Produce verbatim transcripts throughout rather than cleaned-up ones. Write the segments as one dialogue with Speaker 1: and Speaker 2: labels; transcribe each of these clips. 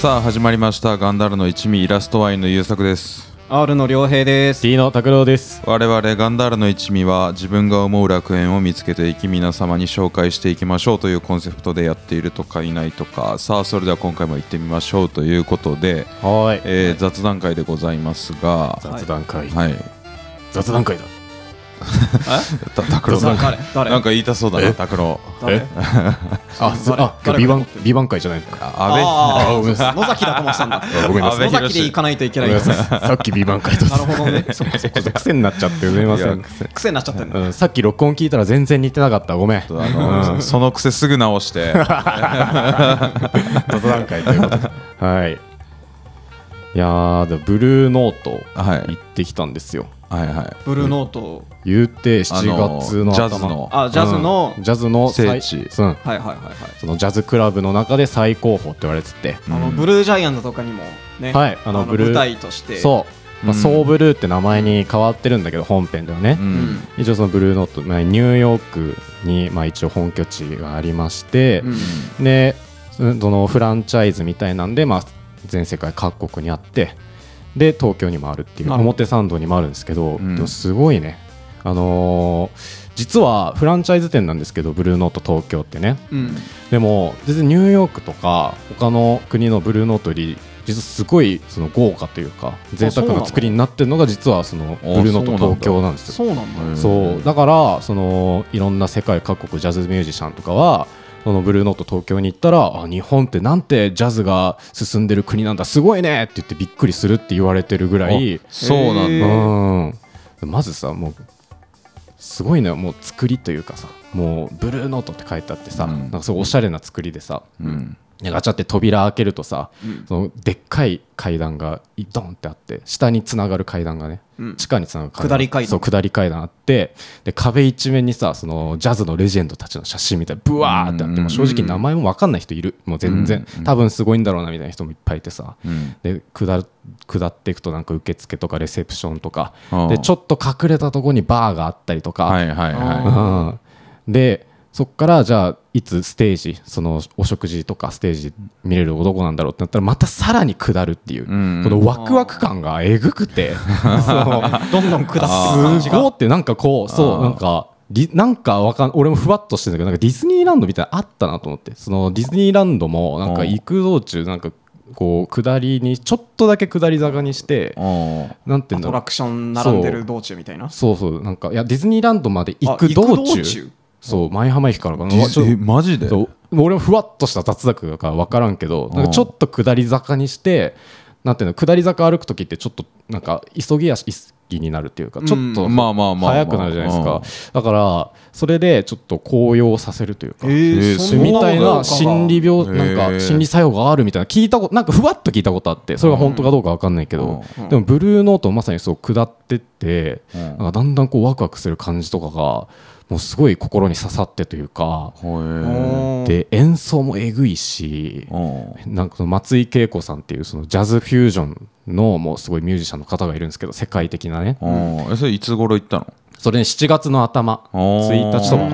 Speaker 1: さあ始まりましたガンダルの一味イラストワインの優作です。
Speaker 2: R の良平です。
Speaker 3: T の拓郎です。
Speaker 1: 我々ガンダルの一味は自分が思う楽園を見つけていき皆様に紹介していきましょうというコンセプトでやっているとかいないとか。さあそれでは今回も行ってみましょうということで、
Speaker 3: はい、
Speaker 1: えー、雑談会でございますが、
Speaker 3: 雑談会、
Speaker 1: はい、
Speaker 3: 雑談会だ。
Speaker 1: 拓郎さん
Speaker 2: 誰
Speaker 1: なんか言いたそうだな。拓郎
Speaker 3: えああビバンビバン会じゃないのか。
Speaker 1: あべ
Speaker 2: あ野崎だと思ってたんだ。
Speaker 3: ごめんなさい。
Speaker 2: 野崎で行かないといけない。
Speaker 3: さっきビバン会と
Speaker 2: なるほどね。
Speaker 3: そっかそっか癖になっちゃってすみません。
Speaker 2: 癖になっちゃってんだ、
Speaker 3: うん、さっき録音聞いたら全然似てなかった。ごめん。
Speaker 1: あの、うん、その癖すぐ直して雑
Speaker 3: 談会ということで、はい。いやーでブルーノート行ってきたんですよ。
Speaker 1: はいはい、
Speaker 2: ブルーノート
Speaker 3: 言うてしちがつの頭、
Speaker 1: ジャズの
Speaker 2: あジャズの、
Speaker 3: うん、ジャズの
Speaker 1: 聖地、
Speaker 3: うん、
Speaker 2: はいはいはいはい、
Speaker 3: そのジャズクラブの中で最高峰って言われてて、
Speaker 2: あのブルージャイアントとかにもね、
Speaker 3: はい、あのブルー
Speaker 2: 舞台として
Speaker 3: そう、まあ、ソーブルーって名前に変わってるんだけど本編ではね、うん、一応そのブルーノート、まあ、ニューヨークに、まあ、一応本拠地がありまして、うん、でそのフランチャイズみたいなんで、まあ、全世界各国にあってで東京にもあるっていう表参道にもあるんですけど、うん、でもすごいね、あのー、実はフランチャイズ店なんですけどブルーノート東京ってね、うん、でも全然ニューヨークとか他の国のブルーノートより実はすごいその豪華というか贅沢な作りになってるのが実はそのブルーノート東京なんですよ。
Speaker 2: そうなんだ。
Speaker 3: そうだからそのいろんな世界各国ジャズミュージシャンとかはそのブルーノート東京に行ったら、あ日本ってなんてジャズが進んでる国なんだすごいねって言ってびっくりするって言われてるぐらい。
Speaker 1: そうなんだ、
Speaker 3: うん、まずさもうすごいね、もう作りというかさ、もうブルーノートって書いてあってさ、うん、なんかすごいおしゃれな作りでさ、うん、ガチャって扉開けるとさ、うん、そのでっかい階段がドンってあって下につながる階段がね、うん、地下につながる階段、
Speaker 2: 下り階段、
Speaker 3: そう下り階段あって、で壁一面にさそのジャズのレジェンドたちの写真みたいなブワーってあって、うん、もう正直名前も分かんない人いる、もう全然、うん、多分すごいんだろうなみたいな人もいっぱいいてさ、うん、で 下, 下っていくとなんか受付とかレセプションとかでちょっと隠れたところにバーがあったりとか、
Speaker 1: はいはいはい、
Speaker 3: うん、でそっからじゃあいつステージそのお食事とかステージ見れるどこなんだろうってなったらまたさらに下るっていう、うん、このワクワク感がえぐくて
Speaker 2: どんどん下
Speaker 3: ってすごいってなんかこうそうなんかなんかわかん俺もふわっとしてるんだけどなんかディズニーランドみたいなのあったなと思って、そのディズニーランドもなんか行く道中なんかこう下りにちょっとだけ下り坂にしてなんていうんだろう、
Speaker 2: アトラクション並んでる道中みたいな、
Speaker 3: そうそうなんかいやディズニーランドまで行く道中そう舞浜駅からかな、
Speaker 1: えマジで
Speaker 3: 俺もふわっとした雑学が分からんけどなんかちょっと下り坂にしてなんていうの下り坂歩く時ってちょっとなんか急ぎ足になるっていうかちょっと速くなるじゃないですか。だからそれでちょっと高揚させるというか、えー、みたいな心理病なんか心理作用があるみたいな聞いたことなんかふわっと聞いたことあって、それが本当かどうか分かんないけど、でもブルーノートまさにそう下ってってなんかだんだんこうワクワクする感じとかがもうすごい心に刺さってというか、で演奏もえぐいし、なんか松井恵子さんっていうそのジャズフュージョンのもうすごいミュージシャンの方がいるんですけど世界的なね、
Speaker 1: えそれいつ頃行ったの？
Speaker 3: それねしちがつの頭ついたちとか、うん、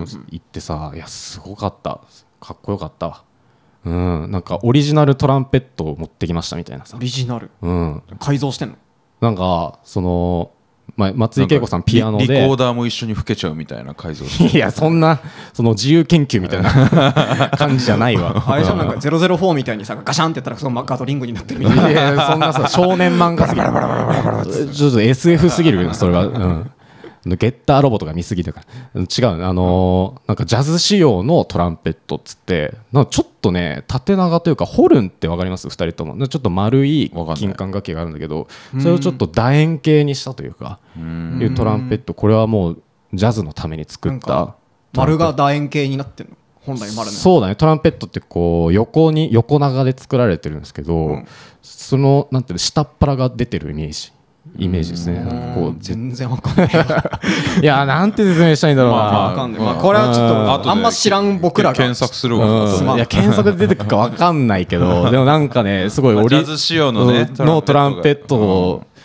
Speaker 3: 行ってさ、いやすごかった、かっこよかったわ、うん、なんかオリジナルトランペットを持ってきましたみたいなさ、
Speaker 2: オリジナル、
Speaker 3: うん、
Speaker 2: 改造してんの？
Speaker 3: なんかそのまあ、松井恵子さんピアノで
Speaker 1: リコーダーも一緒に吹けちゃうみたいな改造
Speaker 3: いやそんなその自由研究みたいな感じじゃないわ
Speaker 2: あれじゃなんかゼロゼロフォーみたいにさガシャンってやったらそのガトリングになってるみたいな、
Speaker 3: いやそんなさ少年漫画すぎるちょっと エスエフ すぎるそれは、うんゲッターロボとか見すぎだから違う、あのー、なんかジャズ仕様のトランペットっつってなんかちょっとね縦長というかホルンって分かります？ふたりともちょっと丸い金管楽器があるんだけどそれをちょっと楕円形にしたというかいうトランペット、これはもうジャズのために作った
Speaker 2: 丸が楕円形になってるの本来丸ね。
Speaker 3: そうだね、トランペットってこう横に横長で作られてるんですけど、うん、そのなんていうの下っ腹が出てるイメージイメージですね。なんかこう
Speaker 2: 全然わかんない
Speaker 3: いやなんて説明したらいいんだろうな、まあまあわかんない、まあ、
Speaker 2: これはちょっとあんま知らん僕らが
Speaker 1: 検索するわ、
Speaker 3: うん、いや検索で出てくるかわかんないけどでもなんかねすごいオリ
Speaker 1: ジャズ仕様のね
Speaker 3: のトランペットを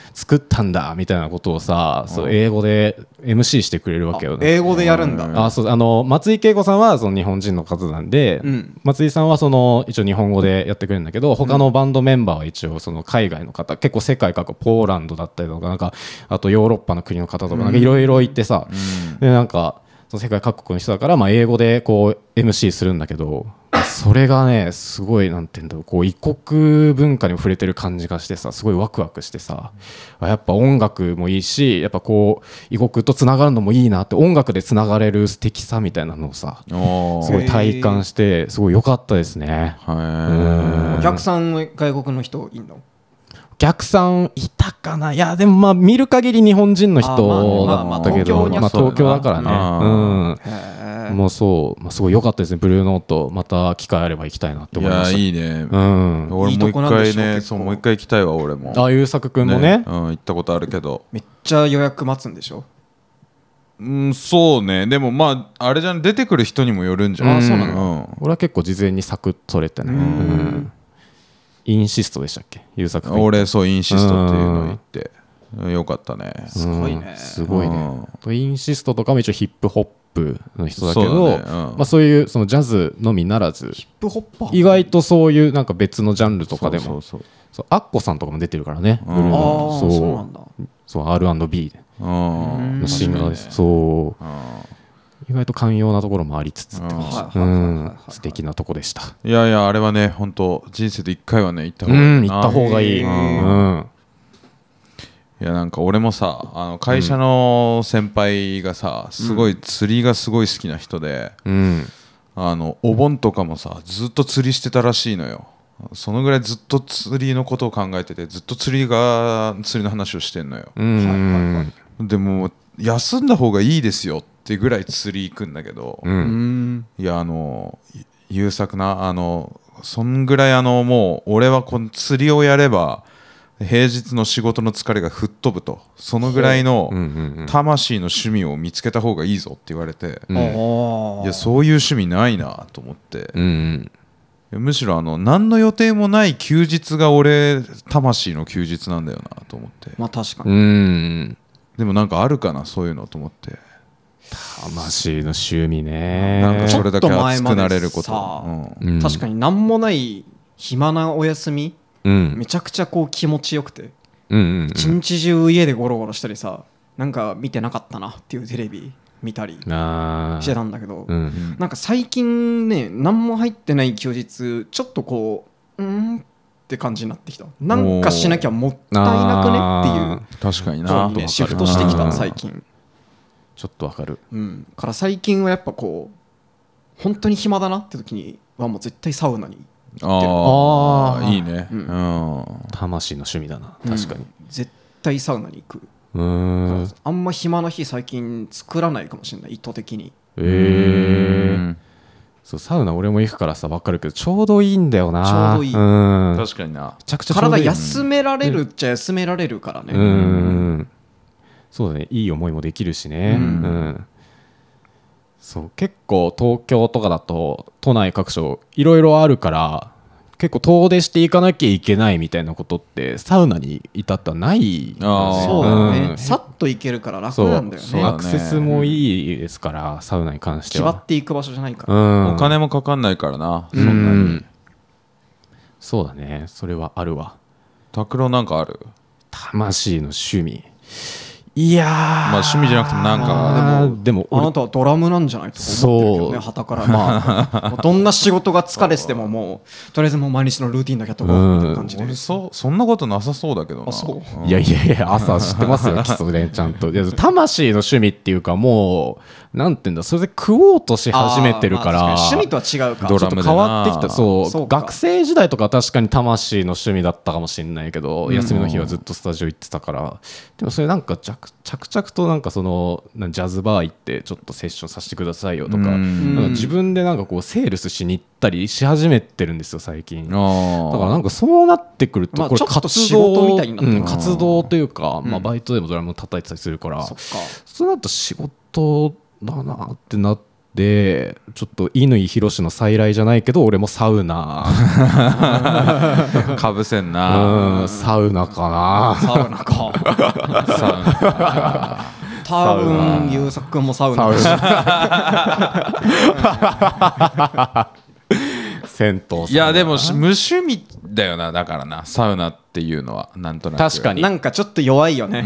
Speaker 3: 作ったんだみたいなことをさ、そう英語で エムシー してくれるわけよね。
Speaker 2: 英語でやるんだ。
Speaker 3: あそうあの松井恵子さんはその日本人の方なんで、うん、松井さんはその一応日本語でやってくれるんだけど、他のバンドメンバーは一応その海外の方、結構世界各国ポーランドだったりとか、なんかあとヨーロッパの国の方とかいろいろいてさ、うん、でなんかその世界各国の人だから、まあ英語でこう エムシー するんだけど、それがねすごいなんていうんだろう、こう異国文化にも触れてる感じがしてさ、すごいワクワクしてさ、やっぱ音楽もいいし、やっぱこう異国とつながるのもいいなって、音楽でつながれる素敵さみたいなのをさすごい体感して、すごい良かったですね。
Speaker 2: お客さん外国の人いんの？
Speaker 3: お客さんいたかな。いやでもまあ見る限り日本人の人だったけど、まあ東京だからね、うん、もうそう、まあ、すごい良かったですね。ブルーノートまた機会あれば行きたいなって思いました。
Speaker 1: いやいいね、うん、俺もう一回ね、そうもう一回行きたいわ俺も。
Speaker 3: あ、優作くんもね、
Speaker 1: うん、行ったことあるけど
Speaker 2: めっちゃ予約待つんでしょ？
Speaker 1: うん、そうね。でもまああれじゃん、出てくる人にもよるんじゃん。
Speaker 2: あ、そうなの、
Speaker 3: うん、俺は結構事前にサクッと取れてね、うん、インシストでしたっけ、優作君。
Speaker 1: 俺そうインシストっていうのを言ってよかったね。
Speaker 2: すごいね、
Speaker 3: すごいね、うん、インシストとかも一応ヒップホップの人だけど、そうだね、うん、まあ、そういうそのジャズのみならず
Speaker 2: ヒップホッパー
Speaker 3: 意外とそういうなんか別のジャンルとかでも、そうそうそう、アッコさんとかも出てるからね、
Speaker 2: うん、ブルーの、そうそうなんだ、
Speaker 3: そう アールアンドビー のシンガーです。そう、意外と寛容なところもありつつって感じ、うん、素敵なとこでした。
Speaker 1: いやいや、あれはね本当人生で一回はね行った方がいい、
Speaker 3: うん、行った方がいい、うん、
Speaker 1: いやなんか俺もさ、あの会社の先輩がさ、すごい釣りがすごい好きな人で、うん、あのお盆とかもさずっと釣りしてたらしいのよ。そのぐらいずっと釣りのことを考えてて、ずっと釣りが釣りの話をしてんのよ、うん、でも休んだ方がいいですよってぐらい釣り行くんだけど、うん、いやあの優作な、あのそんぐらいあのもう俺はこの釣りをやれば平日の仕事の疲れが吹っ飛ぶと、そのぐらいの魂の趣味を見つけた方がいいぞって言われて、うん、いやそういう趣味ないなと思って、うんうん、むしろあの何の予定もない休日が俺魂の休日なんだよなと思って。
Speaker 2: まあ確かに、
Speaker 3: うん、
Speaker 1: でもなんかあるかなそういうのと思って。
Speaker 3: 魂の趣味ね、
Speaker 1: なんかそれだけ熱くなれること、
Speaker 2: うん、確かに何もない暇なお休み、うん、めちゃくちゃこう気持ちよくて、うんうんうん、一日中家でゴロゴロしたりさ、なんか見てなかったなっていうテレビ見たりしてたんだけど、うんうん、なんか最近ね何も入ってない休日ちょっとこううんって感じになってきた。なんかしなきゃもったいなくねっていう。
Speaker 1: 確かにな、
Speaker 2: ね、シフトしてきた最近。
Speaker 3: ちょっとわかる、
Speaker 2: うん、から最近はやっぱこう本当に暇だなって時にはもう絶対サウナに行ってる。
Speaker 1: ああいいね、うん
Speaker 3: うん、魂の趣味だな確かに、うん、
Speaker 2: 絶対サウナに行く。うーん、あんま暇な日最近作らないかもしれない、意図的に。
Speaker 3: へえー、そうサウナ俺も行くからさ分かるけどちょうどいいんだよな。
Speaker 2: ちょうどいい、
Speaker 3: うん
Speaker 1: 確かにな。
Speaker 2: めちゃくちゃ体休められるっちゃ休められるからね、うん、
Speaker 3: うんそうだね、いい思いもできるしね、うんうん、そう結構東京とかだと都内各所いろいろあるから結構遠出していかなきゃいけないみたいなことってサウナに至ったらない。
Speaker 2: あそうだね、うん、さっと行けるから楽なんだよね。
Speaker 3: そうそうだね、アクセスもいいですからサウナに関しては
Speaker 2: 決まっていく場所じゃないから、
Speaker 1: うん、お金もかかんないからな、そんなに、うん、
Speaker 3: そうだね、それはあるわ。
Speaker 1: 拓郎なんかある？
Speaker 3: 魂の趣味、いやー、
Speaker 1: まあ趣味じゃなくてもなんか
Speaker 2: でも、でもあなたはドラムなんじゃないと思ってるけどね、旗から。まあどんな仕事が疲れててももうとりあえずもう毎日のルーティンだけやっとこうみたいな感じで。
Speaker 1: 俺そそんなことなさそうだけどな。
Speaker 2: あそう、
Speaker 3: うん、いやいやいや朝知ってますよ基礎でちゃんと。いや魂の趣味っていうかもうなんていうんだ、それで食おうとし始めてるから、
Speaker 2: まあ、趣味とは違うか、
Speaker 3: ちょっと変わってきた。そうそう学生時代とか確かに魂の趣味だったかもしれないけど、うん、休みの日はずっとスタジオ行ってたから。でもそれなんか着々となんかそのジャズバー行ってちょっとセッションさせてくださいよとか、なんか自分でなんかこうセールスしに行ったりし始めてるんですよ最近。だからなんかそうなってくるとこれ活動みたいになってる、うん、活動というか、まあ、バイトでもドラム叩いてたりするから、そっか、そうなると仕事だなってなっでちょっと乾ひろしの再来じゃないけど俺もサウナ
Speaker 1: かぶせんな、
Speaker 3: うんサウナかな
Speaker 2: サウナか
Speaker 1: サウナ
Speaker 2: 多分優作君もサウナ
Speaker 3: 銭湯。
Speaker 1: いやでも無趣味だよな、だからなサウナっていうのはなんとなく
Speaker 3: 確かに
Speaker 2: なんかちょっと弱いよね。うん、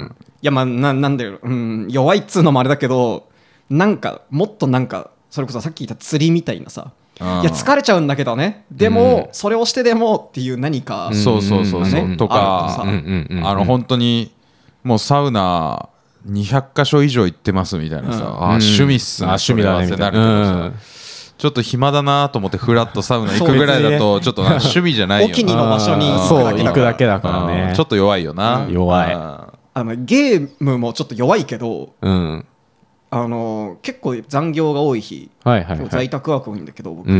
Speaker 2: いやまあ な, なんだよ、うん、弱いっつうのもあれだけど、なんかもっとなんかそれこそさっき言った釣りみたいなさ、いや疲れちゃうんだけどね、でもそれをしてでもっていう何か、
Speaker 1: そうそうそうそうとか、あの本当にもうサウナにひゃっかしょ以上行ってますみたいなさ、あ趣味っすね、
Speaker 3: 趣味だねみたいな、
Speaker 1: ちょっと暇だなと思ってフラッとサウナ行くぐらいだとちょっと趣味じゃないよな、
Speaker 2: お気に入りの場所に
Speaker 3: 行くだけだからね、
Speaker 1: ちょっと弱いよな、
Speaker 3: 弱い。
Speaker 2: あのゲームもちょっと弱いけど、
Speaker 3: うん
Speaker 2: あの結構残業が多い日、
Speaker 3: はいはいはい、
Speaker 2: 在宅ワーク多いんだけど僕、
Speaker 3: うん、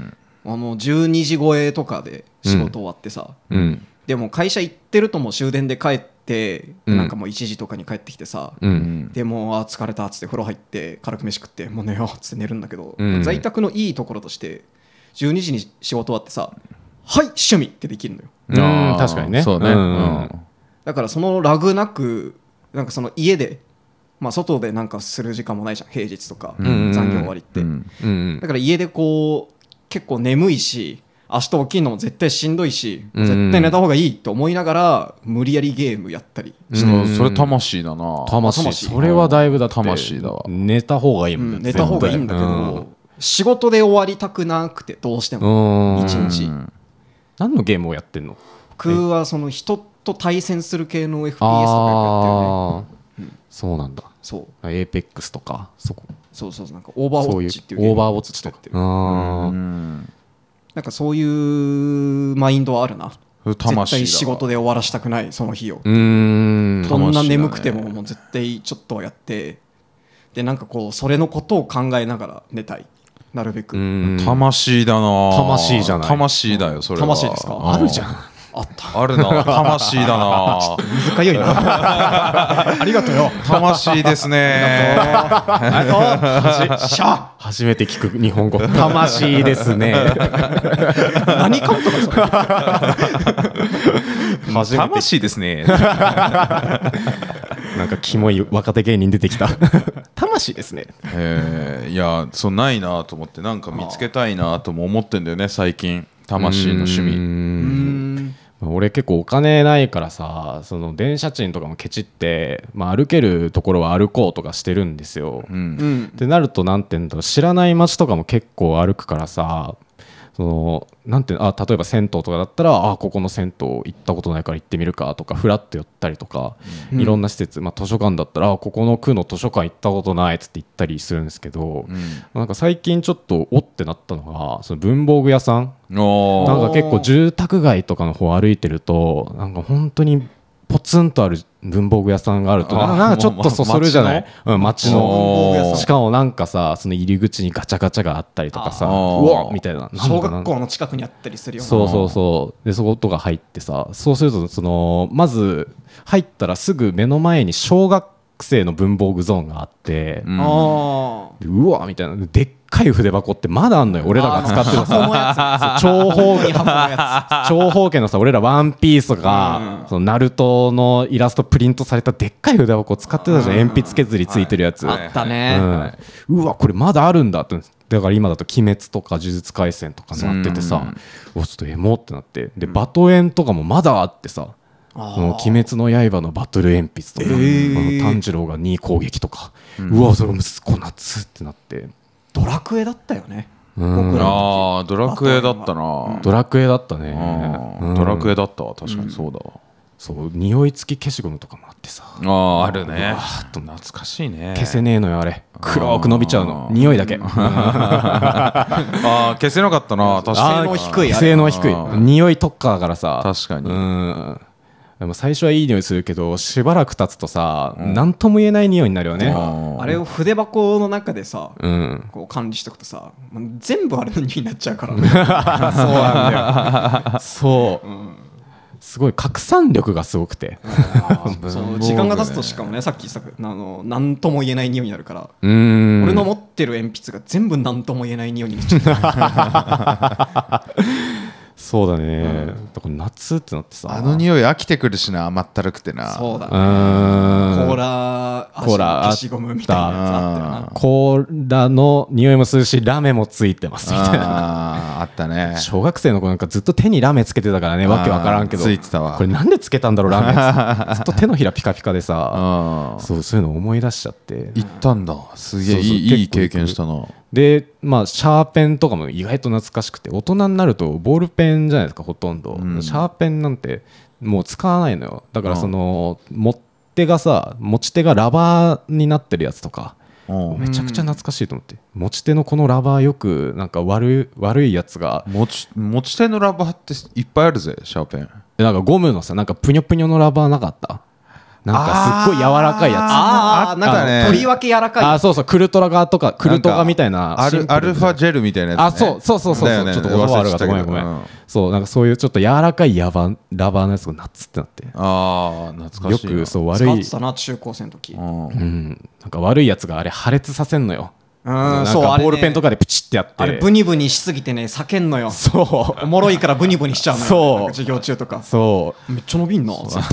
Speaker 2: あのじゅうにじ超えとかで仕事終わってさ、
Speaker 3: うん、
Speaker 2: でも会社行ってるともう終電で帰って、うん、なんかもういちじとかに帰ってきてさ、
Speaker 3: うん、
Speaker 2: でもうあ疲れたっつって風呂入って軽く飯食ってもう寝ようっつって寝るんだけど、
Speaker 3: うん、
Speaker 2: 在宅のいいところとしてじゅうにじに仕事終わってさ、はい趣味ってできるのよ。
Speaker 3: うん確かにね、
Speaker 1: そうね、うん、
Speaker 2: だからそのラグなくなんかその家でまあ、外でなんかする時間もないじゃん平日とか、うん、残業終わりって、うんうん、だから家でこう結構眠いし明日起きるのも絶対しんどいし、うん、絶対寝た方がいいと思いながら無理やりゲームやったりして、
Speaker 1: うん、それ魂だな、
Speaker 3: 魂, 魂それはだいぶだって
Speaker 1: 魂だわ、
Speaker 3: 寝た方がいいもんね、
Speaker 2: うん、寝た方がいいんだけど、うん、仕事で終わりたくなくてどうしても一日。
Speaker 3: 何のゲームをやってんの？
Speaker 2: 僕はその人と対戦する系の エフピーエス とかやってるよね。
Speaker 3: うん、そうなんだ。
Speaker 2: そう。
Speaker 3: エーペックスとかそこ。
Speaker 2: そうそうそう、なんかオーバーウォッチっていうゲーム。
Speaker 3: オーバーウォッチとか。
Speaker 2: うん。なんかそういうマインドはあるな。絶対仕事で終わらしたくないその日を。
Speaker 3: うーん。
Speaker 2: どんな眠くてももう絶対ちょっとはやって、でなんかこうそれのことを考えながら寝たい。なるべく。
Speaker 1: 魂だな。
Speaker 3: 魂じゃない。
Speaker 1: 魂だよそれは。
Speaker 2: 魂ですか。
Speaker 3: あるじゃん。
Speaker 2: あった
Speaker 1: あるな、魂だな。
Speaker 2: 難しいな。ありがとうよ。
Speaker 1: 魂ですね。
Speaker 2: ありがとう。しゃ。
Speaker 3: 初めて聞く日本語。魂ですね。
Speaker 2: 何カウントだそれ。
Speaker 1: 魂ですね。
Speaker 3: なんかキモい若手芸人出てきた。魂ですね。
Speaker 1: えー、いやそうないなと思ってなんか見つけたいなとも思ってんだよね最近。魂の趣味。うーん
Speaker 3: 俺結構お金ないからさ、その電車賃とかもケチって、まあ、歩けるところは歩こうとかしてるんですよ、うん、ってなるとなんていうんだろう、知らない街とかも結構歩くからさ、そのなんてあ例えば銭湯とかだったらあここの銭湯行ったことないから行ってみるかとかフラッと寄ったりとか、うん、いろんな施設、まあ、図書館だったらあここの区の図書館行ったことないっつって行ったりするんですけど、うん、なんか最近ちょっとおってなったのがその文房具屋さんなんか結構住宅街とかの方歩いてるとなんか本当にポツンとある文房具屋さんがあるとなんかちょっとそそるじゃない、うん、街のしかもなんかさその入り口にガチャガチャがあったりとかさうわみたいな
Speaker 2: 小学校の近くにあったりするような
Speaker 3: そうそうそうでそことか入ってさそうするとそのまず入ったらすぐ目の前に小学生の文房具ゾーンがあって、うん、あうわみたいなでっかい筆箱ってまだあんのよ俺らが使ってるさ長方形長方形のさ俺らワンピースとか、うん、そのナルトのイラストプリントされたでっかい筆箱使ってたじゃん鉛筆削りついてるやつ、
Speaker 2: はい、あったね、
Speaker 3: うん、うわこれまだあるんだってだから今だと鬼滅とか呪術廻戦とかなっててさ、うん、うわちょっとエモってなってでバトエンとかもまだあってさこの鬼滅の刃のバトル鉛筆とか、えー、炭治郎がに攻撃とか、うん、うわそれもこなつってなって
Speaker 2: ドラクエだったよね、
Speaker 1: うん、僕らの時あドラクエだったな
Speaker 3: ドラクエだったね、
Speaker 1: うん、ドラクエだったわ確かにそうだわ、うん、
Speaker 3: そう匂い付き消しゴムとかもあってさ
Speaker 1: ああるね懐かしいね
Speaker 3: 消せねえのよあれ黒く伸びちゃうの匂いだけ
Speaker 1: あ消せなかったな確かに
Speaker 2: 性能低い
Speaker 3: 性能低い匂い特化だからさ
Speaker 1: 確かに
Speaker 3: うんでも最初はいい匂いするけどしばらく経つとさ何、うん、とも言えない匂いになるよね
Speaker 2: あれを筆箱の中でさ、うん、こう管理しておくとさ全部あれの匂いになっちゃうからそう
Speaker 3: なんだよそう、うん、 すごい拡散力がすごくて
Speaker 2: そう時間が経つとしかもねさっき言ったあの何とも言えない匂いになるから、うーん俺の持ってる鉛筆が全部何とも言えない匂いになっちゃった
Speaker 3: そうだね、うん、だから夏ってなってさ
Speaker 1: あの匂い飽きてくるしな甘ったるくてな
Speaker 2: そうだねコーラ
Speaker 3: コーラ
Speaker 2: 消しゴムみたいなやつあったよな
Speaker 3: コーラの匂いもするしラメもついてますみたい
Speaker 1: な あ, あったね
Speaker 3: 小学生の子なんかずっと手にラメつけてたからねわけわからんけど
Speaker 1: ついてたわ
Speaker 3: これなんでつけたんだろうラメずっと手のひらピカピカでさそうそういうの思い出しちゃって
Speaker 1: 行ったんだすげえいい経験したな
Speaker 3: でまあシャーペンとかも意外と懐かしくて大人になるとボールペンじゃないですかほとんど、うん、シャーペンなんてもう使わないのよだからその、うん、持手がさ持ち手がラバーになってるやつとか、うん、めちゃくちゃ懐かしいと思って持ち手のこのラバーよくなんか悪い、悪いやつが
Speaker 1: 持ち、持ち手のラバーっていっぱいあるぜシャーペン
Speaker 3: なんかゴムのさなんかプニョプニョのラバーなかったなんかすっごい柔らかいやつ
Speaker 2: ああなんかねとりわけ柔らかい
Speaker 3: あそうそうクルトラガとかクルトガみたいな
Speaker 1: アル、アルファジェルみたいなやつ、ね、
Speaker 3: あそうそうそうそう、ね、ちょっと言葉悪かったごめんごめん、うん、そうなんかそういうちょっと柔らかいヤバラバーのやつがナッツってなって
Speaker 1: ああ懐かしい
Speaker 3: よくそう悪い
Speaker 2: 使ってたな中高生の時、
Speaker 3: うんうん、なんか悪いやつがあれ破裂させんのよ
Speaker 2: うん
Speaker 3: なんかボールペンとかでプチってやって
Speaker 2: あれブニブニしすぎてね叫んのよ
Speaker 3: そう
Speaker 2: おもろいからブニブニしちゃうのよ
Speaker 3: そう
Speaker 2: 授業中とか
Speaker 3: そう
Speaker 2: めっちゃ伸びんな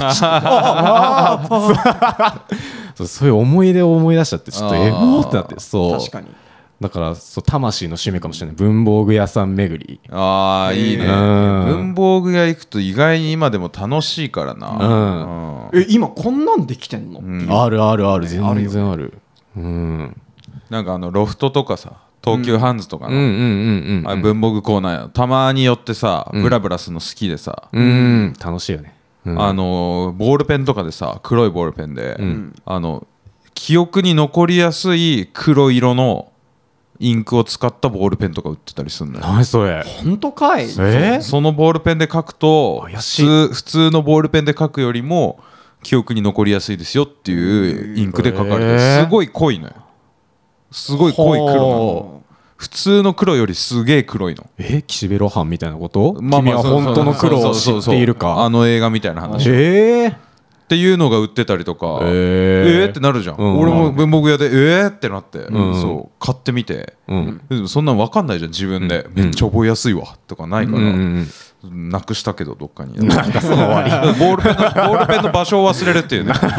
Speaker 3: そうそういう思い出を思い出しちゃってちょっとエモーってなってそう
Speaker 2: 確かに
Speaker 3: だからそう魂の趣味かもしれない文房具屋さん巡り
Speaker 1: ああいいね文房具屋行くと意外に今でも楽しいからな、
Speaker 2: うんうん、え今こんなんできてんの、
Speaker 3: うん、あるあるある全然あるうん
Speaker 1: なんかあのロフトとかさ東急ハンズとかの文房具コーナーたまに寄ってさ、うん、ブラブラするの好きでさ、
Speaker 3: うん、楽しいよね、うん、
Speaker 1: あのボールペンとかでさ黒いボールペンで、うん、あの記憶に残りやすい黒色のインクを使ったボールペンとか売ってたりするのよ。
Speaker 3: 何それ
Speaker 2: 本当かい、え
Speaker 3: ー、
Speaker 1: そのボールペンで書くと普通、普通のボールペンで書くよりも記憶に残りやすいですよっていうインクで書かれてすごい濃いのよ。すごい濃い黒なの普通の黒よりすげえ黒いの
Speaker 3: え岸辺露伴みたいなこと、まあ、君は本当の黒を知っているか
Speaker 1: あの映画みたいな話
Speaker 3: えー
Speaker 1: っていうのが売ってたりとかえー、えー、ってなるじゃん、うん、俺も文房具屋でえーってなって、うん、そう買ってみて、うん、そんなん分かんないじゃん自分で、うん、めっちゃ覚えやすいわとかないから、うんうん、なくしたけどどっかになんかその終わりボールペンのボールペンの場所を忘れるっていうね書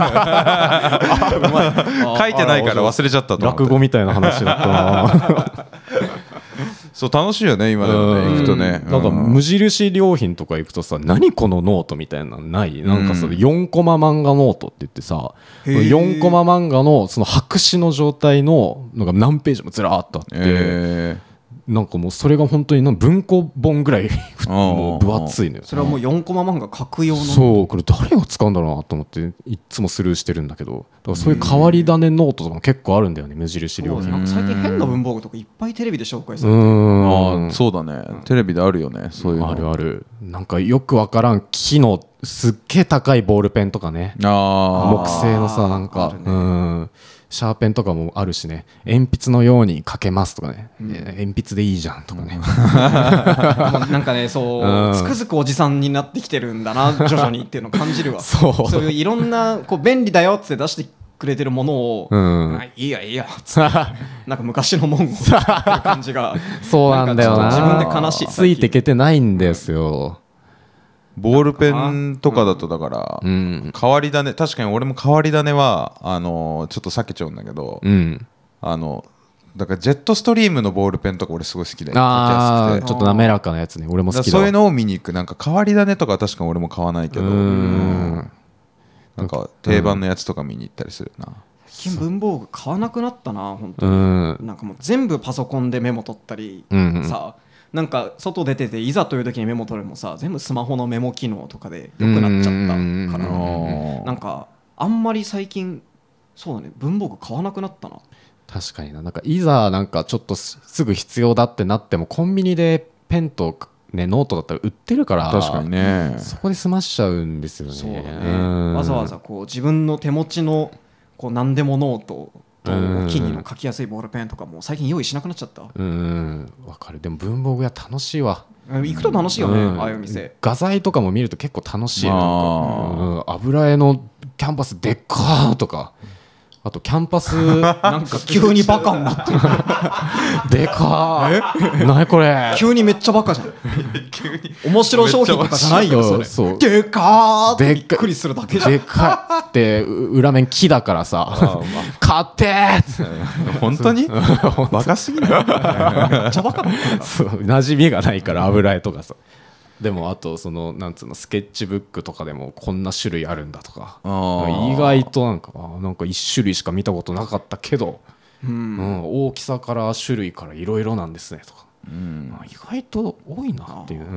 Speaker 1: いてないから忘れちゃったと思って
Speaker 3: 落語みたいな話だったな
Speaker 1: そう楽しいよね今でもね行くとね
Speaker 3: なんか無印良品とか行くとさ何このノートみたいなのないなんかそれよんコマ漫画ノートって言ってさよんコマ漫画のその白紙の状態ののが何ページもずらーっとあってなんかもうそれが本当に文庫本ぐらいもう分厚いのよ。
Speaker 2: それはもうよんコマ漫画書く用の
Speaker 3: そうこれ誰が使うんだろうなと思っていつもスルーしてるんだけどだからそういう変わり種ノートとかも結構あるんだよね無印良品。
Speaker 2: 最近変な文房具とかいっぱいテレビで紹介されてる。
Speaker 1: うんあそうだねテレビであるよねそういうの
Speaker 3: あるあるなんかよくわからん木のすっげえ高いボールペンとかねあ木製のさなんか、ね、うんシャーペンとかもあるしね鉛筆のように書けますとかね、うん、鉛筆でいいじゃんとかね、うん、
Speaker 2: なんかねそう、うん、つくづくおじさんになってきてるんだな徐々にっていうのを感じるわそうそういういろんなこう便利だよって出してくれてるものを、うん、いいやいいやつなんか昔のもんを感じが
Speaker 3: そうなんだよな
Speaker 2: 自分で悲しい
Speaker 3: ついてけてないんですよ、
Speaker 1: ボールペンとかだとだから、うん、変わり種確かに俺も変わり種はあのちょっと避けちゃうんだけど、うん、あのだからジェットストリームのボールペンとか俺すごい好きで
Speaker 3: あちょっと滑らかなやつね俺も好きだ
Speaker 1: そういうのを見に行くなんか変わり種とか確かに俺も買わないけどうんなんか定番のやつとか見に行ったりするな、うん、
Speaker 2: 最近文房具買わなくなったな本当に、うん、なんかもう全部パソコンでメモ取ったり、うんうん、さなんか外出てていざという時にメモ取るもさ全部スマホのメモ機能とかで良くなっちゃったからなんかあんまり最近そうだね文房具買わなくなったな
Speaker 3: 確かにななんかいざなんかちょっとすぐ必要だってなってもコンビニでペンと、ね、ノートだったら売ってるから
Speaker 1: 確かにね
Speaker 3: そこで済ましちゃうんですよね
Speaker 2: そうだねわざわざこう自分の手持ちのこう何でもノートとお気に入りの書きやすいボールペンとかも最近用意しなくなっちゃった。
Speaker 3: うん、わかる。でも文房具屋楽しいわ。
Speaker 2: 行くと楽しいよね、うん、ああいう店。
Speaker 3: 画材とかも見ると結構楽しい。なんか、うん、油絵のキャンパスでっかーとか、あとキャンパス
Speaker 2: なんか急にバカになってる
Speaker 3: でかー何これ
Speaker 2: 急にめっちゃバカじゃん急に面白商品とかじゃないよそれ。そうでかーってびっくりするだけじゃん。
Speaker 3: でかって裏面木だからさ買ってー
Speaker 1: 本当にバカすぎないめっ
Speaker 2: ちゃバカだ
Speaker 3: そう馴染みがないから油絵とかさ。でもあとそのなんつうのスケッチブックとかでもこんな種類あるんだとか、意外となんかなんか一種類しか見たことなかったけど、うんうん、大きさから種類からいろいろなんですねとか、うん、意外と多いなっていう、うん、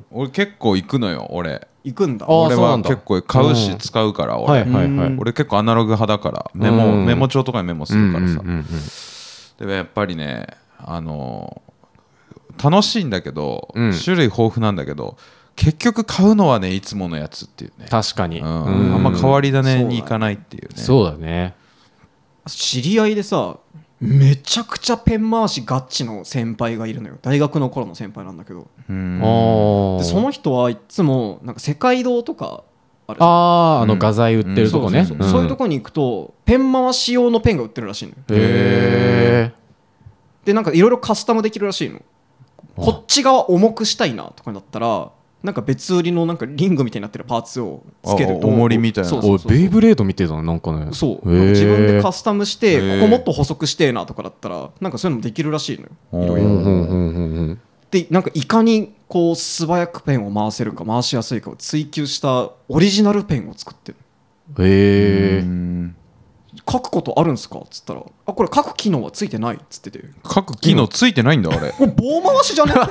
Speaker 1: 俺結構行くのよ。俺
Speaker 2: 行くんだ。
Speaker 1: 俺は結構買うし使うから俺、はいはいはい、俺結構アナログ派だからメモ、メモ帳とかにメモするからさ、うんうんうんうん、でもやっぱりねあの楽しいんだけど、うん、種類豊富なんだけど結局買うのはねいつものやつっていうね。
Speaker 3: 確かに、
Speaker 1: うん、あんま変わり種に行かないっていうね。
Speaker 3: そうだね。
Speaker 2: 知り合いでさめちゃくちゃペン回しガッチの先輩がいるのよ。大学の頃の先輩なんだけど、うんでその人はいつもなんか世界堂とかある
Speaker 3: あああの画材売ってるとこね。
Speaker 2: そういうとこに行くとペン回し用のペンが売ってるらしいのよ。
Speaker 3: へえ。
Speaker 2: でなんかいろいろカスタムできるらしいの。こっち側重くしたいなとかだったらなんか別売りのなんかリングみたいになってるパーツをつけると
Speaker 1: 重りみたいな。
Speaker 3: そうそうそうそうベイブレードみたいだなんかね。
Speaker 2: そう自分でカスタムしてここもっと細くしてえなとかだったらなんかそういうのもできるらしいのよ。いろいろでなんかいかにこう素早くペンを回せるか回しやすいかを追求したオリジナルペンを作ってる。
Speaker 3: へえ。
Speaker 2: 書くことあるんすかっつったらあこれ書く機能はついてないっつってて。
Speaker 1: 書く機能ついてないんだあれ。
Speaker 2: もう棒回しじゃね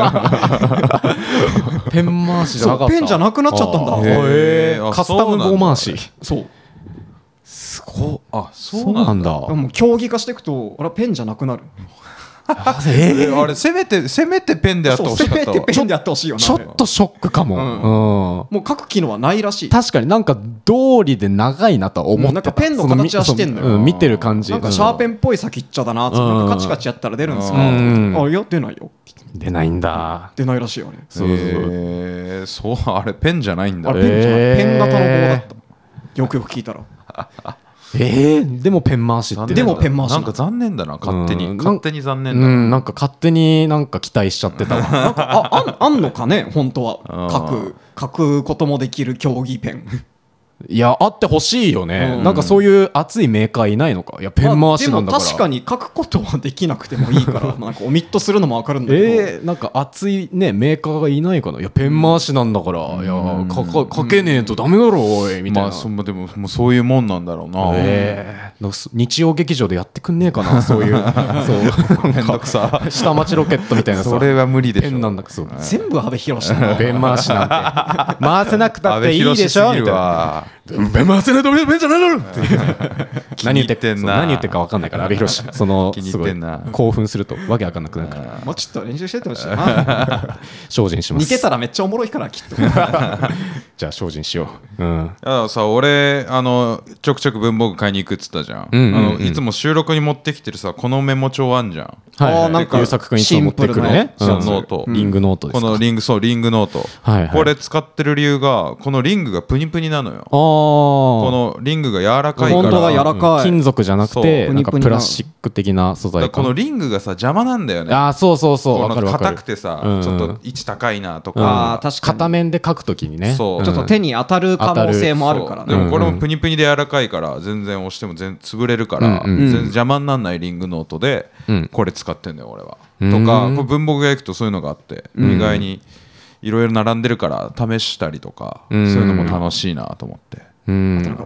Speaker 3: ペン回しじゃなかった。
Speaker 2: ペンじゃなくなっちゃったんだ。
Speaker 3: へーカスタム棒回し。
Speaker 2: そう
Speaker 3: すごい。
Speaker 1: あそうなんだ。
Speaker 2: もう競技化していくとあれペンじゃなくなる。
Speaker 1: あ, えー、あれせめてせめてペンでやってほしかった。
Speaker 2: せめてペンでやってほしいよな。
Speaker 3: ちょっとショックかも、うんうん、
Speaker 2: もう書く機能はないらしい。
Speaker 3: 確かになんか道理で長いなと思ってた。
Speaker 2: なんかペンの形はしてんのよ、
Speaker 3: うん、見てる感じ。
Speaker 2: なんかシャーペンっぽい先っちょだなって、うん、なんかカチカチやったら出るんですか、うん、あいや出ないよ。
Speaker 3: 出ないんだ。
Speaker 2: 出ないらしいよね。
Speaker 1: そうそうそう、えー、そうあれペンじゃないんだ。
Speaker 2: あれペンじゃない、えー、ペン型の棒だった。よくよく聞いたら
Speaker 3: えー、でもペン回しって
Speaker 2: でもペン回し
Speaker 1: なんか残念だな勝手に、うん、勝手に残念
Speaker 3: だな、うん、なんか勝手になんか期待しちゃってたわ
Speaker 2: なんか あ, あ, んあんのかね本当は書く書くこともできる競技ペン
Speaker 3: いやあってほしいよね、うん、なんかそういう熱いメーカーいないのか。いやペン回しなんだから、まあ、でも
Speaker 2: 確かに書くことはできなくてもいいからなんかオミットするのも分かるんだけど、
Speaker 3: えー、なんか熱い、ね、メーカーがいないかな。いやペン回しなんだから、うん、いやかか書けねえとダメだろおいみたいな、まあ、
Speaker 1: そでももうそういうもんなんだろうな、
Speaker 3: えー、日曜劇場でやってくんねえかなそういうそう
Speaker 1: めんどくさ
Speaker 3: 下町ロケットみたいなさ
Speaker 1: それは無理でしょ。
Speaker 3: ペンなんだそう
Speaker 2: 全部阿部寛だ
Speaker 3: ペン回しなんて回せなくたっていいでしょみたいな。ペン回せないとペンじゃないだろって何言ってんな何言ってるか分かんないから阿部寛そのすごい興奮するとわけ分かんなくなるから
Speaker 2: もうちょっと練習してってほしいな
Speaker 3: 精進します。
Speaker 2: 似てたらめっちゃおもろいからきっと
Speaker 3: じゃあ精進しよう、うん、
Speaker 1: だからさ俺あのちょくちょく文房具買いに行くっつったじゃん、うんうんうん、あのいつも収録に持ってきてるさこのメモ帳あんじゃん、
Speaker 3: はいはい、なんか優作くんいつも持ってくるね、
Speaker 1: うん、ノート、
Speaker 3: リングノートですか。
Speaker 1: このリングそうリングノート、はいはい、これ使ってる理由がこのリングがプニプニなのよ。あこのリングが柔らかいから
Speaker 2: 本当だ柔らかい、
Speaker 3: うん、金属じゃなくてなんかプラスチック的な素材。
Speaker 1: このリングがさ邪魔なんだよね。
Speaker 3: あそうそうそう
Speaker 1: 分かる分かる。硬くてさ、うんうん、ちょっと位置高いなとか、うん、
Speaker 2: あ確かに
Speaker 3: 片面で書くときにね
Speaker 2: そう、うん、ちょっと手に当たる可能性もあるからね。
Speaker 1: でもこれもプニプニで柔らかいから全然押しても全然潰れるから、うんうん、全然邪魔にならないリングノートでこれ使ってんだよ俺は、うん、とかこれ文房具屋行くとそういうのがあって、うん、意外にいろいろ並んでるから試したりとか、うん、そういうのも楽しいなと思って、うん、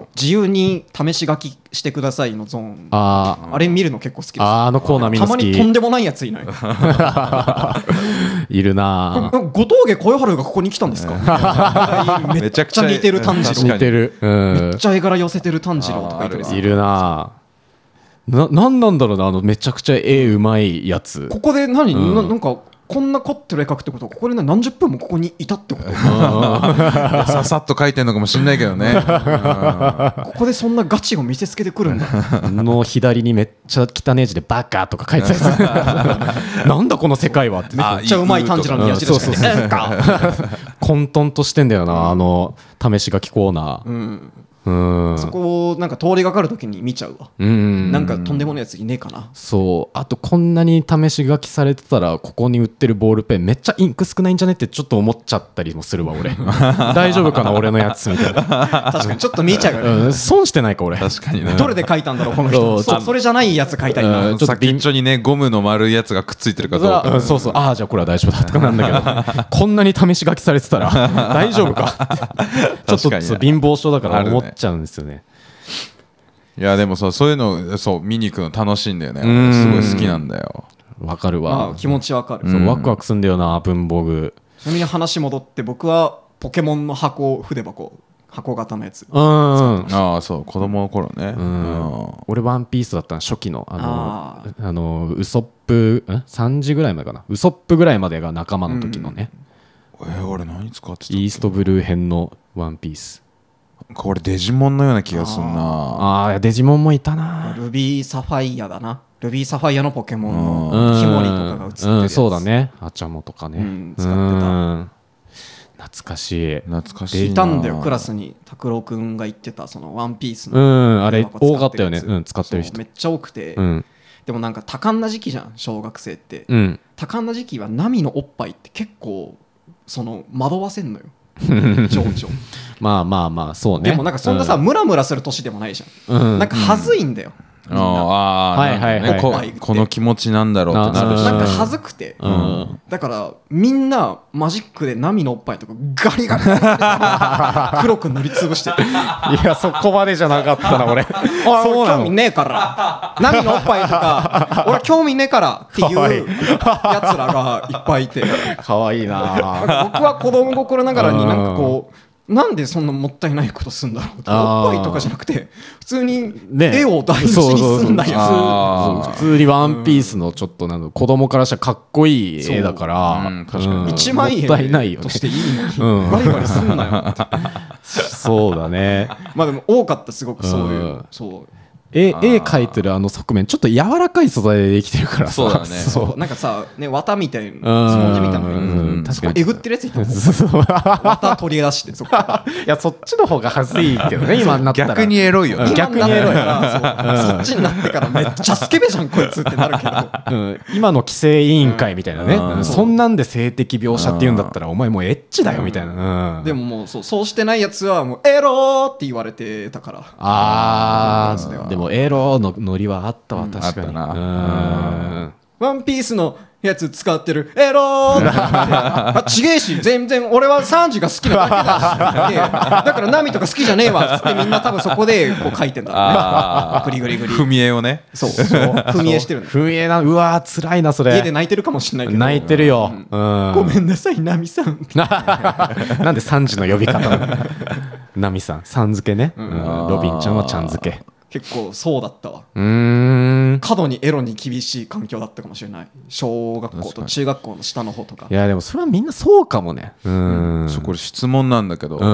Speaker 2: 自由に試し書きしてくださいのゾーン あ, あれ見るの結構好きです。
Speaker 3: ああのコーナー見るの好き。
Speaker 2: たまにとんでもないやついない
Speaker 3: いるな。
Speaker 2: 後藤家小春がここに来たんですかめちゃくちゃ似てる炭治郎、
Speaker 3: 似てる、うん、
Speaker 2: めっちゃ絵柄寄せてる炭治郎とかいてる。
Speaker 3: いるな。な、なんなんだろうなあのめちゃくちゃ絵うまいやつ。
Speaker 2: ここで何、うん、な, なんかこんな凝ってる絵描くってことはここで何十分もここにいたってこと
Speaker 1: ささっと描いてんのかもしれないけどね
Speaker 2: ここでそんなガチを見せつけてくるんだ
Speaker 3: の左にめっちゃ汚ね字でバカとか書いてたやつなんだこの世界はってね
Speaker 2: めっちゃうまい炭治郎の矢印で
Speaker 3: 混沌としてんだよな、あの試し書きコーナー、
Speaker 2: うん
Speaker 3: うん、
Speaker 2: そこをなんか通りがかるときに見ちゃうわ、うん、なんかとんでもないやついねえかな。
Speaker 3: そうあとこんなに試し書きされてたらここに売ってるボールペンめっちゃインク少ないんじゃねってちょっと思っちゃったりもするわ俺大丈夫かな俺のやつみたいな
Speaker 2: 確かにちょっと見ちゃうよね、
Speaker 3: うん、損してないか俺
Speaker 1: 確かにね
Speaker 2: どれで書いたんだろうこの人そ, それじゃないやつ書いたいな、
Speaker 1: うん、ちょっと先っちょにねゴムの丸いやつがくっついてるかどうか、
Speaker 3: うん、そうそうああじゃあこれは大丈夫だとかなんだけどこんなに試し書きされてたら大丈夫かちょっとそう貧乏症だから思っちゃうんですよね。
Speaker 1: いやでもさそういうのそう見に行くの楽しいんだよね。すごい好きなんだよ。
Speaker 3: わかるわ、
Speaker 2: あ気持ちわかる、
Speaker 3: そうワクワクすんだよな文房具。
Speaker 2: ちなみに話戻って僕はポケモンの箱筆箱箱型のやつ、
Speaker 3: うん、
Speaker 1: ああそう子供の頃ね、うん
Speaker 3: うん、俺ワンピースだったの初期のあのあのウソップんさんじぐらいまでかなウソップぐらいまでが仲間の時のね、
Speaker 1: うん、えー、俺何使ってた
Speaker 3: イーストブルー編のワンピース。
Speaker 1: これデジモンのような気がするな
Speaker 3: ああデジモンもいたな。
Speaker 2: ルビーサファイアだなルビーサファイアのポケモンのキモリとかが映ってるやつ、
Speaker 3: うん、そうだねアチャモとかね、うん、
Speaker 2: 使ってた
Speaker 3: 懐かしい
Speaker 1: 懐かしい
Speaker 2: いたんだよクラスに拓郎くんが言ってたそのワンピースの
Speaker 3: うんあれ多かったよね、うん、使ってる人
Speaker 2: めっちゃ多くて、
Speaker 3: うん、
Speaker 2: でもなんか多感な時期じゃん小学生って、
Speaker 3: うん、
Speaker 2: 多感な時期はナミのおっぱいって結構その惑わせんのよ情緒
Speaker 3: まあまあまあそうね。
Speaker 2: でもなんかそんなさ、うん、ムラムラする年でもないじゃん、うん、なんか恥ずいんだよ、うん、
Speaker 1: ああはいはいはい、こ, この気持ちなんだろうってなるし
Speaker 2: なんか恥ずくて、うん、だからみんなマジックでナミのおっぱいとかガリガリ黒く塗りつぶしててい
Speaker 3: やそこまでじゃなかったな俺
Speaker 2: そう興味ねえからナミのおっぱいとか俺興味ねえからっていうやつらがいっぱいいて
Speaker 3: かわいいな
Speaker 2: 僕は子供心ながらになんかこうなんでそんなもったいないことすんだろうっておっぱいとかじゃなくて普通に絵を大事にすんだよ、
Speaker 3: 普通にワンピースのちょっとなんか子供からしたらかっこいい絵だから、うん、
Speaker 2: 確かにいちまんえんとしていいのに、うん、バリバリすんなよって
Speaker 3: そうだね
Speaker 2: まあでも多かったすごくそういう、うん、そう
Speaker 3: 絵描いてるあの側面ちょっと柔らかい素材でできてるからさ
Speaker 1: そうだね
Speaker 2: そうなんかさ、ね、綿みたいなスポンジみたいなの、うん、確かにえぐってるやついたもん綿取り出してそこ
Speaker 3: いやそっちの方が恥ずいけどね今になったら
Speaker 1: 逆にエロいよね
Speaker 2: 逆にエロいからそっちになってからめっちゃスケベじゃんこいつってなるけど、
Speaker 3: うん、今の規制委員会みたいなね、うん、そんなんで性的描写っていうんだったらお前もうエッチだよみたいな、うん、
Speaker 2: でももうそう、そうしてないやつはもうエローって言われてたから
Speaker 3: ああでもエロのノリはあったわ、うん、確かに
Speaker 1: な、
Speaker 3: うん、
Speaker 2: ワンピースのやつ使ってるエローちげえし全然俺はサンジが好きなだけだしだからナミとか好きじゃねえわっつってみんな多分そこでこう書いてんだろうねグリグリグリ
Speaker 1: 踏み絵をね
Speaker 2: そうそう踏み絵してるんだ
Speaker 3: 踏み絵なうわー辛いなそれ
Speaker 2: 家で泣いてるかもしれないけど
Speaker 3: 泣いてるよ、
Speaker 2: うんうん、ごめんなさいナミさん
Speaker 3: なんでサンジの呼び方ナミさんさん付けね、うん、ロビンちゃんはちゃん付け
Speaker 2: 結構そうだったわ
Speaker 3: うーん
Speaker 2: 過度にエロに厳しい環境だったかもしれない小学校と中学校の下の方とか
Speaker 3: いやでもそれはみんなそうかもねう
Speaker 1: んこれ質問なんだけど、うん、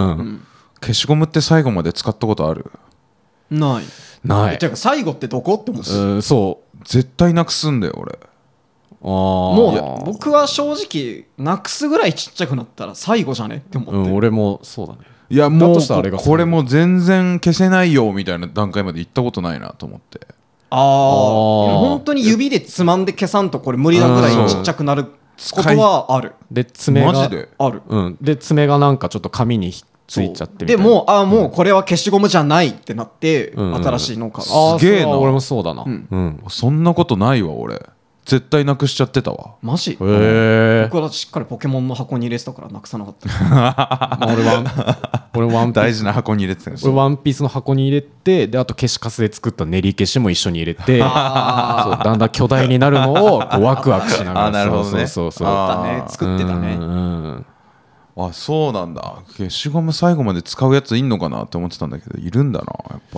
Speaker 1: 消しゴムって最後まで使ったことある？
Speaker 2: ない
Speaker 3: ない
Speaker 2: てか最後ってどこって思って、
Speaker 3: うん、そう
Speaker 1: 絶対なくすんだよ俺
Speaker 2: あもう僕は正直なくすぐらいちっちゃくなったら最後じゃねって思って、
Speaker 3: うん、俺もそうだね
Speaker 1: いやもうこれも全然消せないよみたいな段階まで行ったことないなと思って
Speaker 2: ああ本当に指でつまんで消さんとこれ無理なぐらいちっちゃくなることはある
Speaker 3: で爪が
Speaker 1: マジで
Speaker 2: ある、
Speaker 3: うん、で爪がなんかちょっと紙についちゃってみたい
Speaker 2: でもあもうこれは消しゴムじゃないってなって、うん、新しいの買う、
Speaker 3: うん、すげえな俺もそうだな、うん
Speaker 1: うん、そんなことないわ俺絶対なくしちゃってたわ
Speaker 2: マジ、
Speaker 3: へー
Speaker 2: 僕はしっかりポケモンの箱に入れてたからなくさなかった
Speaker 3: まあ俺は俺ワン
Speaker 1: 大事な箱に入れてた
Speaker 3: 俺ワンピースの箱に入れてであと消しカスで作った練り消しも一緒に入れてそうだんだん巨大になるのをこうワクワクしながら
Speaker 1: あなるほどね
Speaker 3: そうそうそう
Speaker 2: あったね作ってたねうん、
Speaker 1: うんあそうなんだ消しゴム最後まで使うやついんのかなって思ってたんだけどいるんだなやっぱ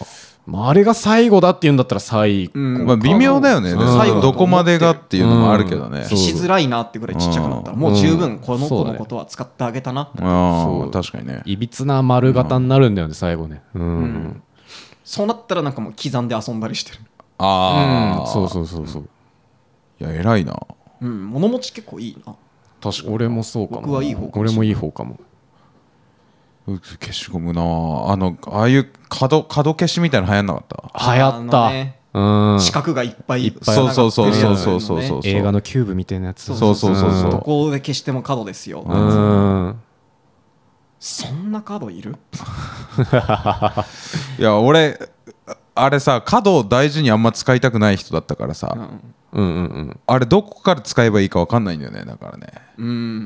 Speaker 3: まあ、あれが最後だっていうんだったら最後、
Speaker 1: うんまあ、微妙だよね、うん、最後どこまでがっていうのもあるけどね、
Speaker 2: 消しづらいなってぐらいちっちゃくなったら、うん、もう十分この子のことは使ってあげたなって、うん、
Speaker 1: そう確かにね
Speaker 3: いびつな丸型になるんだよね、うん、最後ね、うんうん、
Speaker 2: そうなったらなんかもう刻んで遊んだりしてる。
Speaker 3: ああ、うん、そうそうそうそう、
Speaker 1: いや偉いな、
Speaker 2: うん、物持ち結構いいな。
Speaker 3: 確かに俺もそうかも。
Speaker 2: 僕はいい方かも。
Speaker 3: 俺もいい方かも。
Speaker 1: 消しゴムなあのああいう角角消しみたいなの流行んなかった？
Speaker 3: 流行った、ね、
Speaker 2: うん、四角がいっぱいいっぱい
Speaker 1: そうそうそうそうそうそうそう、
Speaker 3: 映画のキューブみたいなやつ。
Speaker 1: そうそうそうそう、
Speaker 2: どこで消しても角ですよ。
Speaker 3: うん、
Speaker 2: そんな角いる？
Speaker 1: いや俺あれさ角を大事にあんま使いたくない人だったからさ、
Speaker 3: うんうんうん、
Speaker 1: あれどこから使えばいいか分かんないんだよね、だからね。
Speaker 2: うん、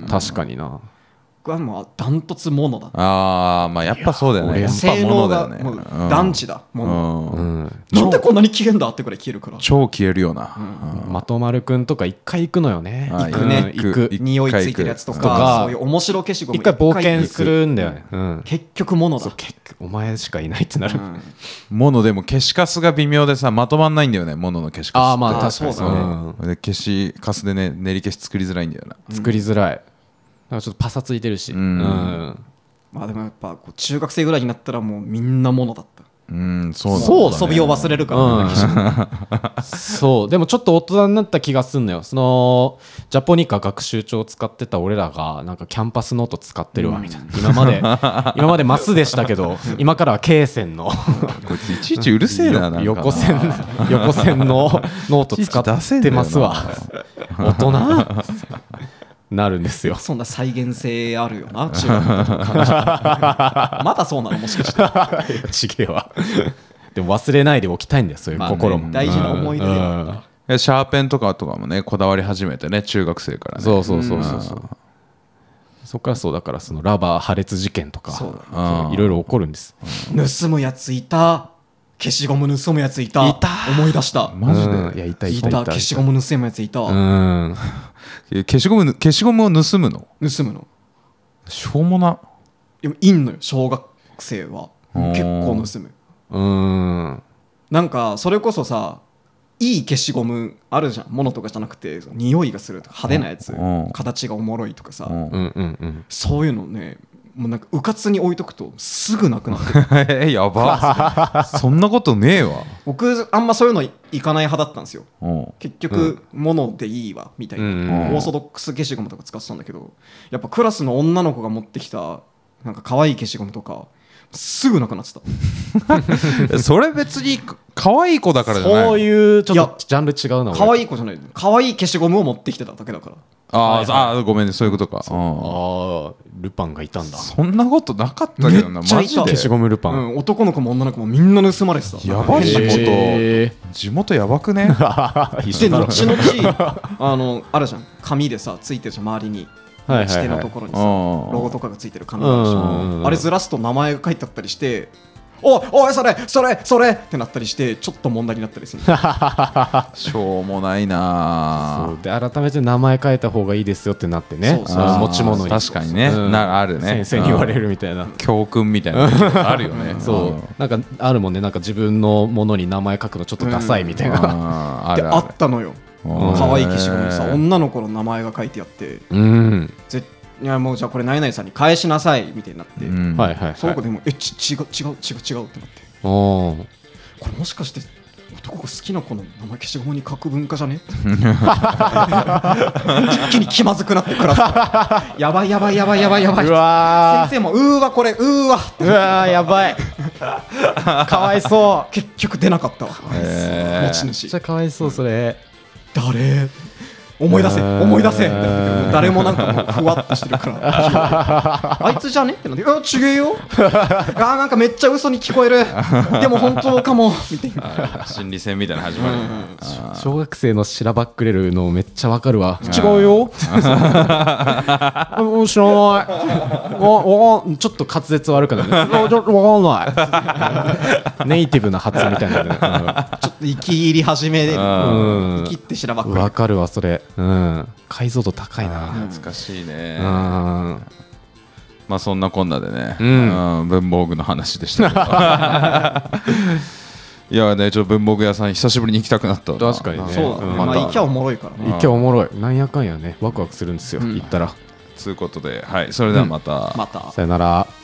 Speaker 3: 確かにな。
Speaker 2: 僕はもうダントツモノだ。
Speaker 1: ああまあやっぱそうだよね。
Speaker 2: 性能がもう団地だ。モノ、うん、なんでこんなに消えんだってくらい消えるから。
Speaker 1: 超消えるよな。
Speaker 3: うん、まとまるくんとか一回行くのよね。
Speaker 2: 行くね。行く。匂いついてるやつとか、そういう面白消しゴム
Speaker 3: 一回冒険するんだよね。うん、
Speaker 2: 結局モノだ。
Speaker 3: 結局お前しかいないってなる。うん、
Speaker 1: モノでも消しカスが微妙でさまとまんないんだよね、モノの消しカス。
Speaker 3: ああまあ確かにそうだね。
Speaker 1: うん、で消しカスでね練り消し作りづらいんだよな。
Speaker 3: 作りづらい。なんかちょっとパサついてるし、うんうん、
Speaker 2: まあでもやっぱこう中学生ぐらいになったらもうみんなものだった。
Speaker 1: うんそう
Speaker 2: そうだね、遊びを忘れるから、ね、
Speaker 3: うん、そうでもちょっと大人になった気がすんのよ。そのジャポニカ学習帳を使ってた俺らがなんかキャンパスノート使ってるわみたいな、うん、今まで今までマスでしたけど今からは罫線の
Speaker 1: こいついちいちうるせえな、なんかな
Speaker 3: 横線横線のノート使ってますわ大人なるんですよ。
Speaker 2: そんな再現性あるよな中学の感じまだそうなのもしかして
Speaker 3: ちげえわでも忘れないでおきたいんだよ、そういう心も、まあね、
Speaker 2: 大事な思い出では
Speaker 1: ある。シャーペンとかとかもねこだわり始めてね、中学生からね。
Speaker 3: そうそうそうそうそう、そっからそうだからそのラバー破裂事件とかいろいろ起こるんです。
Speaker 2: 盗むやついた、消しゴム盗むやついた、
Speaker 3: いた
Speaker 2: 思い出した。
Speaker 1: マジで、
Speaker 3: うん、いやいたいたいた、
Speaker 2: 消しゴム盗むやついた。
Speaker 3: うん
Speaker 1: 消しゴム消しゴムを盗むの
Speaker 2: 盗むの
Speaker 1: しょうもな。
Speaker 2: でもいんのよ小学生は結構盗む。
Speaker 3: うん
Speaker 2: なんかそれこそさ、いい消しゴムあるじゃん、ものとかじゃなくて匂いがするとか派手なやつ、
Speaker 1: うん、
Speaker 2: 形がおもろいとかさ、
Speaker 3: うんうんうん、
Speaker 2: そういうのねもうなんかうかつに置いとくとすぐなくなって
Speaker 1: るやばそんなことねえわ。
Speaker 2: 僕あんまそういうのいかない派だったんですよ。結局、
Speaker 3: うん、
Speaker 2: ものでいいわみたいな、うん、オーソドックス消しゴムとか使ってたんだけど、やっぱクラスの女の子が持ってきたなんか可愛い消しゴムとかすぐなくなって
Speaker 1: たそれ別に可愛い子だからじゃない。
Speaker 3: そういうちょっとジャンル違うな。
Speaker 2: 可愛い子じゃない、可愛い消しゴムを持ってきてただけだから。
Speaker 1: あー、はいはい、あごめんね、そういうことか。
Speaker 3: ああルパンがいたんだ。
Speaker 1: そんなことなかったけどな、マジで。
Speaker 3: 消しゴムルパン、
Speaker 2: うん、男の子も女の子もみんな盗まれてた。
Speaker 1: やばい地元地元やばくねで
Speaker 2: 後々あのあるじゃん、紙でさついてるじゃん周りに、指定のところにさロゴとかがついてる紙があるじゃん。あれずらすと名前が書いてあったりして、おいおいそれそれそれってなったりしてちょっと問題になったりする
Speaker 1: しょうもないな。
Speaker 3: そうで改めて名前書いた方がいいですよってなってね、そうそう持ち物に
Speaker 1: 確かにね、うん、なあるね、
Speaker 3: 先生に言われるみたいな
Speaker 1: 教訓みたいなあるよね
Speaker 3: そうなんかあるもんね、なんか自分のものに名前書くのちょっとダサいみたいな、うん、
Speaker 2: あであったのよ。可愛い消しゴムにさ女の子の名前が書いてあって、
Speaker 3: うん、
Speaker 2: 絶いやもうじゃあこれ何々さんに返しなさいみたいになって、うん、
Speaker 3: はいはいはい、
Speaker 2: その子でもえち違う違う違う違うってなって、
Speaker 3: お
Speaker 2: これもしかして男が好きな子の名前消しゴムに書く文化じゃね一気に気まずくなってクラスやばいやばいやばいやばいやばい、うわ先生もうーわこれうーわ
Speaker 3: うわやばいかわいそう
Speaker 2: 結局出なかったわ、持ち主。
Speaker 3: めっちゃかわいそうそれ。
Speaker 2: 誰思い出せ思い出せって誰もなんかもうふわっとしてるからあいつじゃねってなって、あ違えよあなんかめっちゃ嘘に聞こえるでも本当かもみたいな
Speaker 1: 心理戦みたいな始まる、うん、
Speaker 3: 小学生のしらばっくれるのめっちゃわかるわ。
Speaker 2: 違うよ
Speaker 3: 知らないちょっと滑舌悪くなるちょっとわかんないネイティブな発音みたいな、ね、
Speaker 2: ちょっと生き入り始めで、うん、生きってしらばっくれる。
Speaker 3: わかるわそれ。うん、解像度高いな。
Speaker 1: 懐かしいね。
Speaker 3: うん、
Speaker 1: まあそんなこんなでね、
Speaker 3: うん、
Speaker 1: 文房具の話でしたけどいやね、ちょっと文房具屋さん久しぶりに行きたくなったわ。
Speaker 3: 確かにね。
Speaker 2: そうだね、まあ行きゃおもろいからね。
Speaker 3: 行きゃおもろい、なんやかんやね、ワクワクするんですよ、行ったら。
Speaker 1: ということで、はい、それではまた、
Speaker 2: また
Speaker 3: さよなら。